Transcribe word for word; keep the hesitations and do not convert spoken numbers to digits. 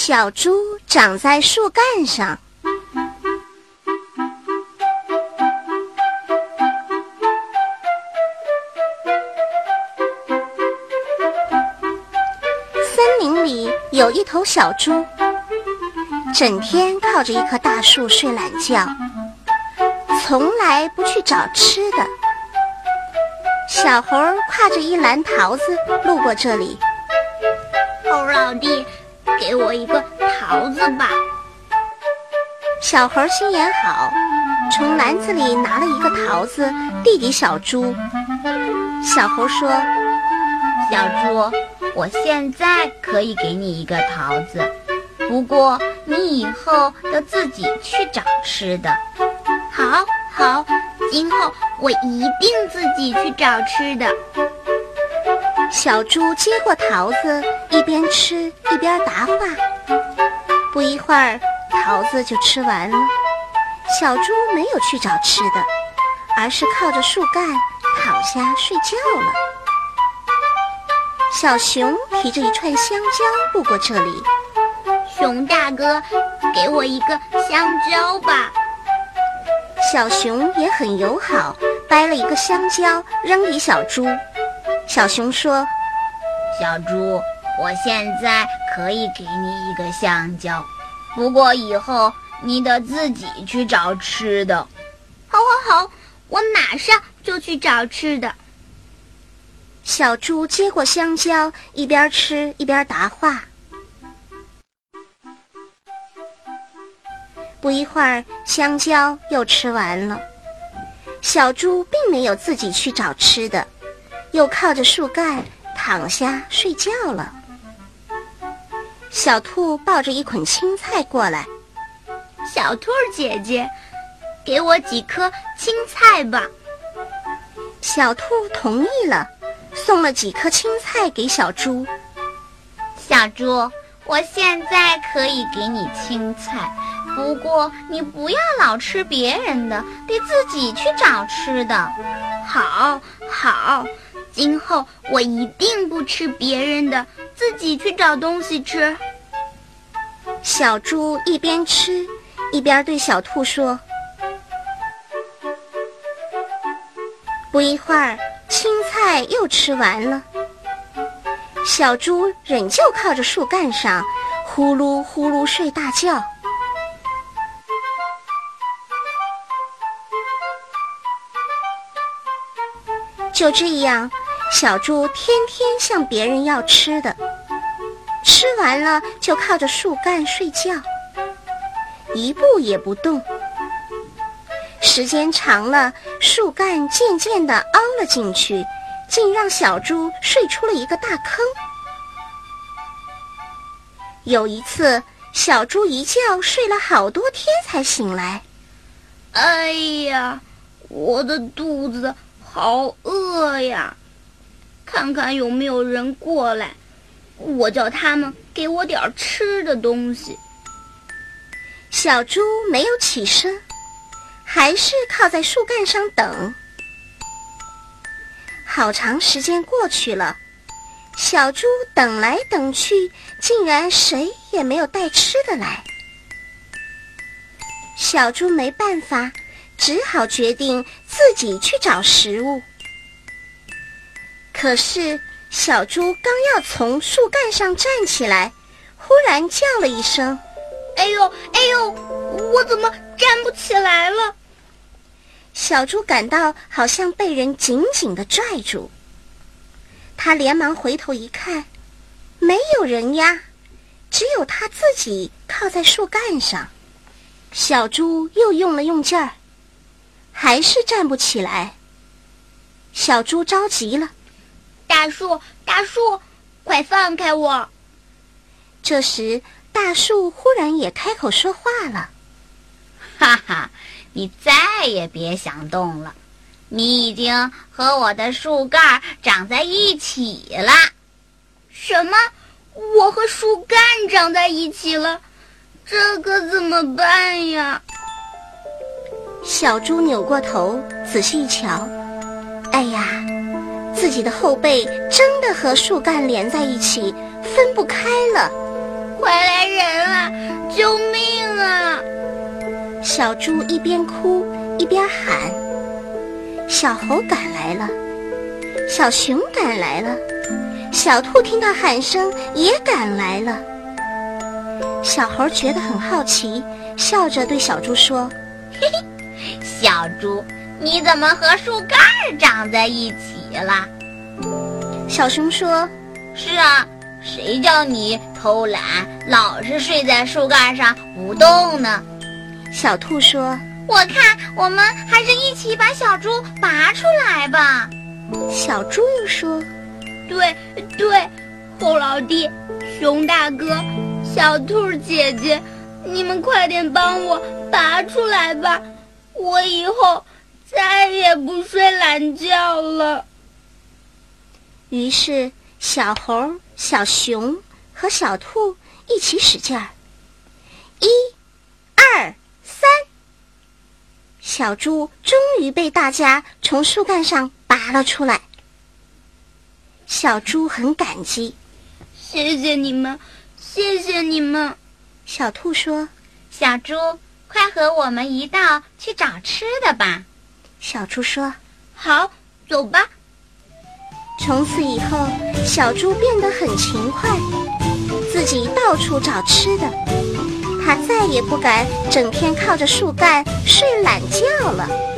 小猪长在树干上。森林里有一头小猪，整天靠着一棵大树睡懒觉，从来不去找吃的。小猴挎着一篮桃子路过这里。 猴老弟，给我一个桃子吧。 小猴心眼好，从篮子里拿了一个桃子递给小猪。小猴说： 小猪，我现在可以给你一个桃子，不过你以后要自己去找吃的。好好，今后我一定自己去找吃的。 小猪接过桃子，一边吃一边答话。不一会儿，桃子就吃完了。小猪没有去找吃的，而是靠着树干躺下睡觉了。小熊提着一串香蕉路过这里。 熊大哥，给我一个香蕉吧。 小熊也很友好，掰了一个香蕉扔给小猪。小熊说： 小猪，我现在可以给你一个香蕉，不过以后你得自己去找吃的。好好好，我马上就去找吃的。 小猪接过香蕉，一边吃一边答话。不一会儿，香蕉又吃完了。小猪并没有自己去找吃的，又靠着树干躺下睡觉了。小兔抱着一捆青菜过来。 小兔姐姐，给我几颗青菜吧。 小兔同意了，送了几颗青菜给小猪。 小猪，我现在可以给你青菜，不过你不要老吃别人的，得自己去找吃的。好，好，今后我一定不吃别人的，自己去找东西吃。 小猪一边吃一边对小兔说。不一会儿，青菜又吃完了。小猪仍旧靠着树干上呼噜呼噜睡大觉。就这样，小猪天天向别人要吃的，吃完了就靠着树干睡觉，一步也不动。时间长了，树干渐渐地凹了进去，竟让小猪睡出了一个大坑。有一次，小猪一觉睡了好多天才醒来。 哎呀，我的肚子好饿呀！看看有没有人过来，我叫他们给我点吃的东西。 小猪没有起身，还是靠在树干上等。好长时间过去了，小猪等来等去，竟然谁也没有带吃的来。小猪没办法，只好决定自己去找食物。可是小猪刚要从树干上站起来，忽然叫了一声： 哎呦哎呦，我怎么站不起来了？ 小猪感到好像被人紧紧地拽住，他连忙回头一看，没有人呀，只有他自己靠在树干上。小猪又用了用劲儿，还是站不起来。小猪着急了： 大树，大树，快放开我！ 这时，大树忽然也开口说话了： 哈哈，你再也别想动了，你已经和我的树干长在一起了。什么？我和树干长在一起了？这可怎么办呀？ 小猪扭过头仔细一瞧，哎呀，自己的后背真的和树干连在一起，分不开了。 快来人小猪一边哭一边喊。小猴赶来了，小熊赶来了，小兔听到喊声也赶来了。小猴觉得很好奇，笑着对小猪说： 嘿嘿，小猪，你怎么和树干长在一起了？ 小熊说： 是啊，谁叫你偷懒，老是睡在树干上不动呢？ 小兔说： 我看我们还是一起把小猪拔出来吧。 小猪又说： 对对，猴老弟，熊大哥，小兔姐姐，你们快点帮我拔出来吧，我以后再也不睡懒觉了。 于是小猴、小熊和小兔一起使劲儿，一、二、三，小猪终于被大家从树干上拔了出来。小猪很感激， 谢谢你们，谢谢你们。 小兔说： 小猪，快和我们一道去找吃的吧。 小猪说： 好，走吧。 从此以后，小猪变得很勤快，自己到处找吃的。它再也不敢整天靠着树干睡懒觉了。